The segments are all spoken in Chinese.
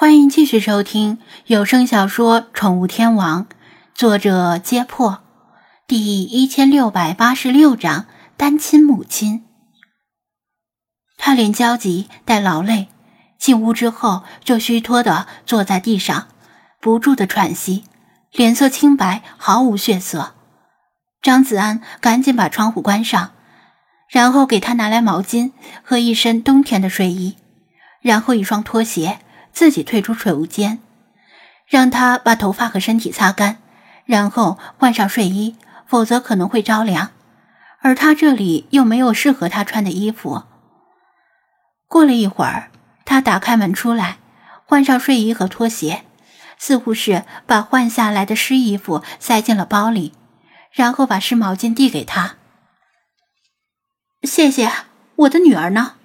欢迎继续收听有声小说《宠物天王》，作者揭破，第1686章单亲母亲。他脸焦急带劳累，进屋之后就虚脱地坐在地上，不住地喘息，脸色清白，毫无血色。张子安赶紧把窗户关上，然后给他拿来毛巾和一身冬天的睡衣，然后一双拖鞋，自己退出储物间，让他把头发和身体擦干，然后换上睡衣，否则可能会着凉，而他这里又没有适合他穿的衣服。过了一会儿，他打开门出来，换上睡衣和拖鞋，似乎是把换下来的湿衣服塞进了包里，然后把湿毛巾递给他。谢谢，我的女儿呢？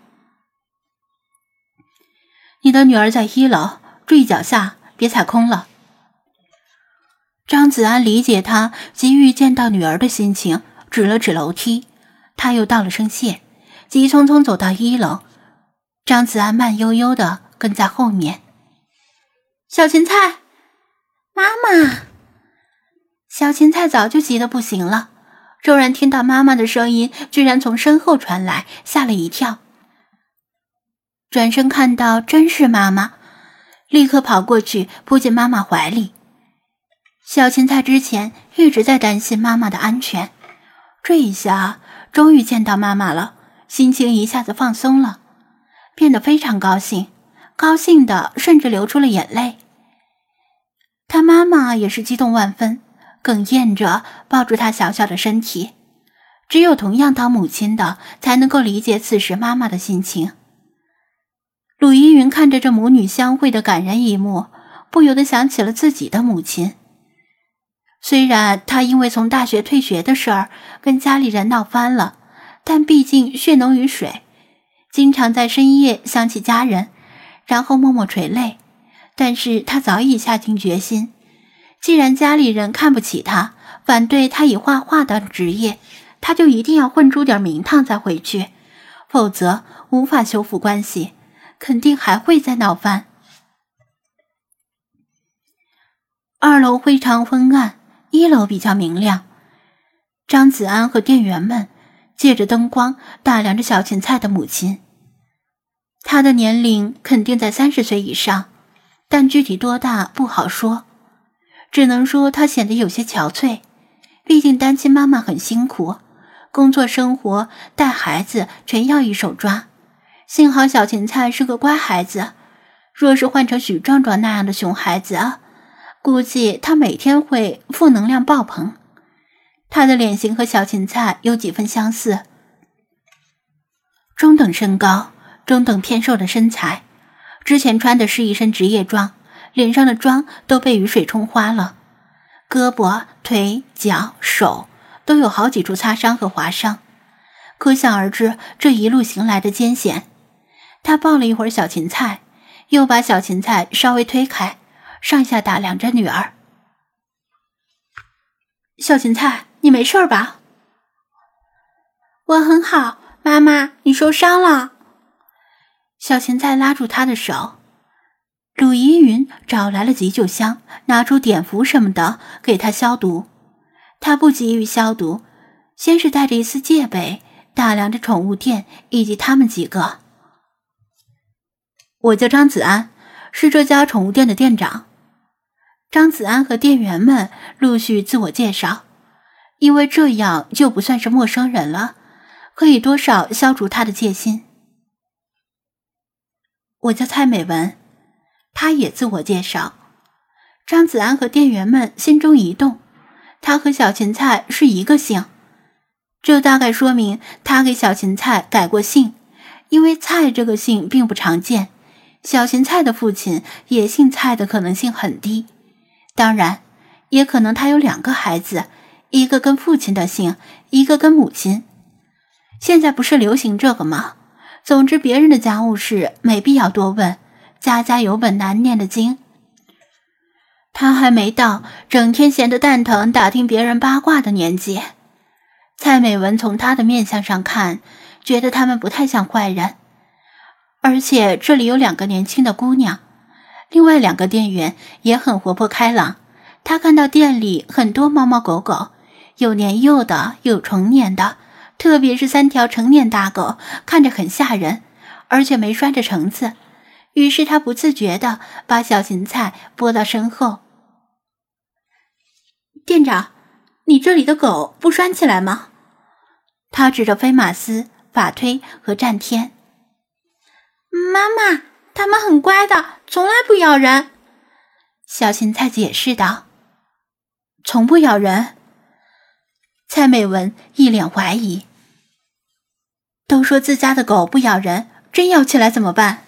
你的女儿在1楼，注意脚下，别踩空了。张子安理解他急于见到女儿的心情，指了指楼梯，他又道了声谢，急匆匆走到1楼。张子安慢悠悠地跟在后面。小芹菜，妈妈！小芹菜早就急得不行了，骤然听到妈妈的声音居然从身后传来，吓了一跳。转身看到真是妈妈，立刻跑过去扑进妈妈怀里。小芹菜之前一直在担心妈妈的安全，这一下终于见到妈妈了，心情一下子放松了，变得非常高兴，高兴的甚至流出了眼泪。他妈妈也是激动万分，哽咽着抱住他小小的身体，只有同样当母亲的才能够理解此时妈妈的心情。鲁依云看着这母女相会的感人一幕，不由得想起了自己的母亲。虽然她因为从大学退学的事儿跟家里人闹翻了，但毕竟血浓于水，经常在深夜想起家人，然后默默垂泪。但是她早已下定决心，既然家里人看不起她，反对她以画画当职业，她就一定要混出点名堂再回去，否则无法修复关系，肯定还会再闹翻。2楼非常昏暗，1楼比较明亮。张子安和店员们借着灯光打量着小芹菜的母亲。她的年龄肯定在30岁以上，但具体多大不好说，只能说她显得有些憔悴，毕竟单亲妈妈很辛苦，工作生活带孩子全要一手抓。幸好小芹菜是个乖孩子，若是换成许壮壮那样的熊孩子啊，估计他每天会负能量爆棚。他的脸型和小芹菜有几分相似，中等身高，中等偏瘦的身材，之前穿的是一身职业装，脸上的妆都被雨水冲花了，胳膊、腿、脚、手都有好几处擦伤和划伤，可想而知这一路行来的艰险。他抱了一会儿小芹菜，又把小芹菜稍微推开，上下打量着女儿。小芹菜，你没事吧？我很好，妈妈，你受伤了。小芹菜拉住他的手。鲁依云找来了急救箱，拿出碘伏什么的给他消毒。他不急于消毒，先是带着一丝戒备打量着宠物店以及他们几个。我叫张子安，是这家宠物店的店长。张子安和店员们陆续自我介绍，因为这样就不算是陌生人了，可以多少消除他的戒心。我叫蔡美文，他也自我介绍。张子安和店员们心中一动，他和小芹菜是一个姓，这大概说明他给小芹菜改过姓，因为蔡这个姓并不常见，小芹菜的父亲也姓蔡的可能性很低，当然也可能他有2个孩子，一个跟父亲的姓，一个跟母亲。现在不是流行这个吗？总之别人的家务事没必要多问，家家有本难念的经。他还没到整天闲得蛋疼打听别人八卦的年纪。蔡美文从他的面相上看，觉得他们不太像坏人，而且这里有2个年轻的姑娘， 另外2个店员也很活泼开朗，他看到店里很多猫猫狗狗，有年幼的，有成年的，特别是3条成年大狗，看着很吓人，而且没拴着绳子。于是他不自觉地把小芹菜拨到身后。店长，你这里的狗不拴起来吗？他指着菲马斯、法推和战天。妈妈，他们很乖的，从来不咬人。小芹菜解释道。从不咬人？蔡美文一脸怀疑。都说自家的狗不咬人，真咬起来怎么办？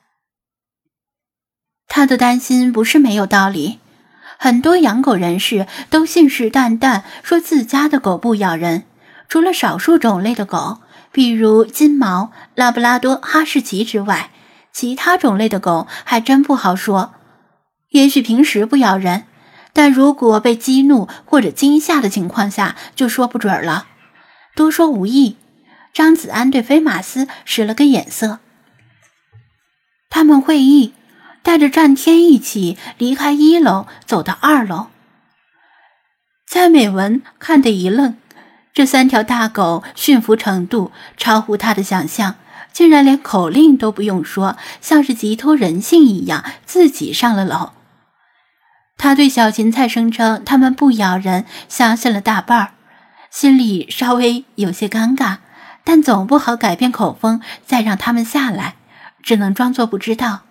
他的担心不是没有道理，很多养狗人士都信誓旦旦说自家的狗不咬人，除了少数种类的狗，比如金毛、拉布拉多、哈士奇之外，其他种类的狗还真不好说。也许平时不咬人，但如果被激怒或者惊吓的情况下，就说不准了。多说无益。张子安对菲马斯使了个眼色。他们会意，带着战天一起离开1楼，走到2楼。蔡美文看得一愣，这3条大狗驯服程度超乎他的想象，竟然连口令都不用说，像是极通人性一样，自己上了楼。他对小芹菜声称他们不咬人相信了大半儿，心里稍微有些尴尬，但总不好改变口风再让他们下来，只能装作不知道。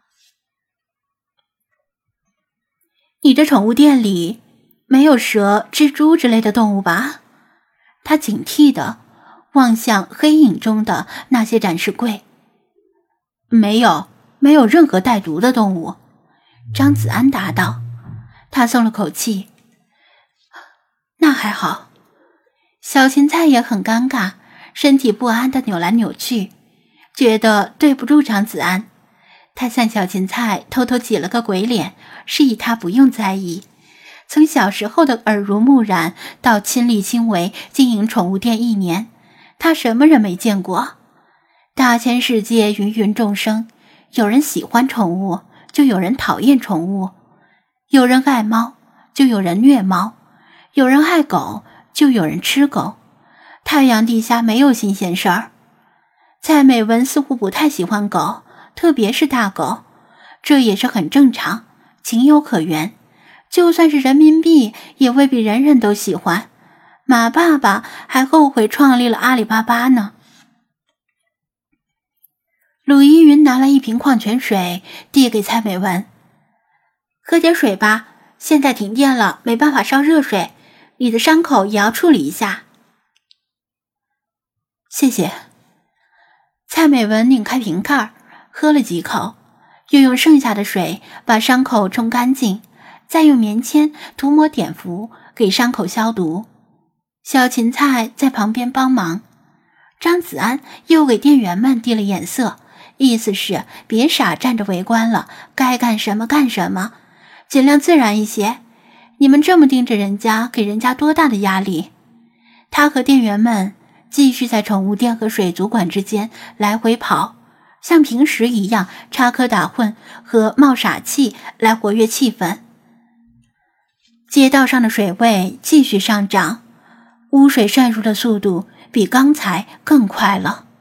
你这宠物店里没有蛇、蜘蛛之类的动物吧？他警惕地望向黑影中的那些展示柜。没有任何带毒的动物。张子安答道。他松了口气。那还好。小芹菜也很尴尬，身体不安地扭来扭去，觉得对不住张子安。他向小芹菜偷偷挤了个鬼脸，示意他不用在意。从小时候的耳濡目染到亲力亲为经营宠物店1年，他什么人没见过？大千世界芸芸众生，有人喜欢宠物，就有人讨厌宠物；有人爱猫，就有人虐猫；有人爱狗，就有人吃狗。太阳底下没有新鲜事儿。蔡美文似乎不太喜欢狗，特别是大狗，这也是很正常，情有可原。就算是人民币，也未必人人都喜欢。马爸爸还后悔创立了阿里巴巴呢。鲁依云拿来一瓶矿泉水，递给蔡美文。喝点水吧，现在停电了，没办法烧热水，你的伤口也要处理一下。谢谢。蔡美文拧开瓶盖，喝了几口，又用剩下的水把伤口冲干净，再用棉签涂抹碘伏，给伤口消毒。小芹菜在旁边帮忙。张子安又给店员们递了眼色，意思是别傻站着围观了，该干什么干什么，尽量自然一些。你们这么盯着人家，给人家多大的压力？他和店员们继续在宠物店和水族馆之间来回跑，像平时一样插科打诨和冒傻气来活跃气氛。街道上的水位继续上涨，污水渗入的速度比刚才更快了。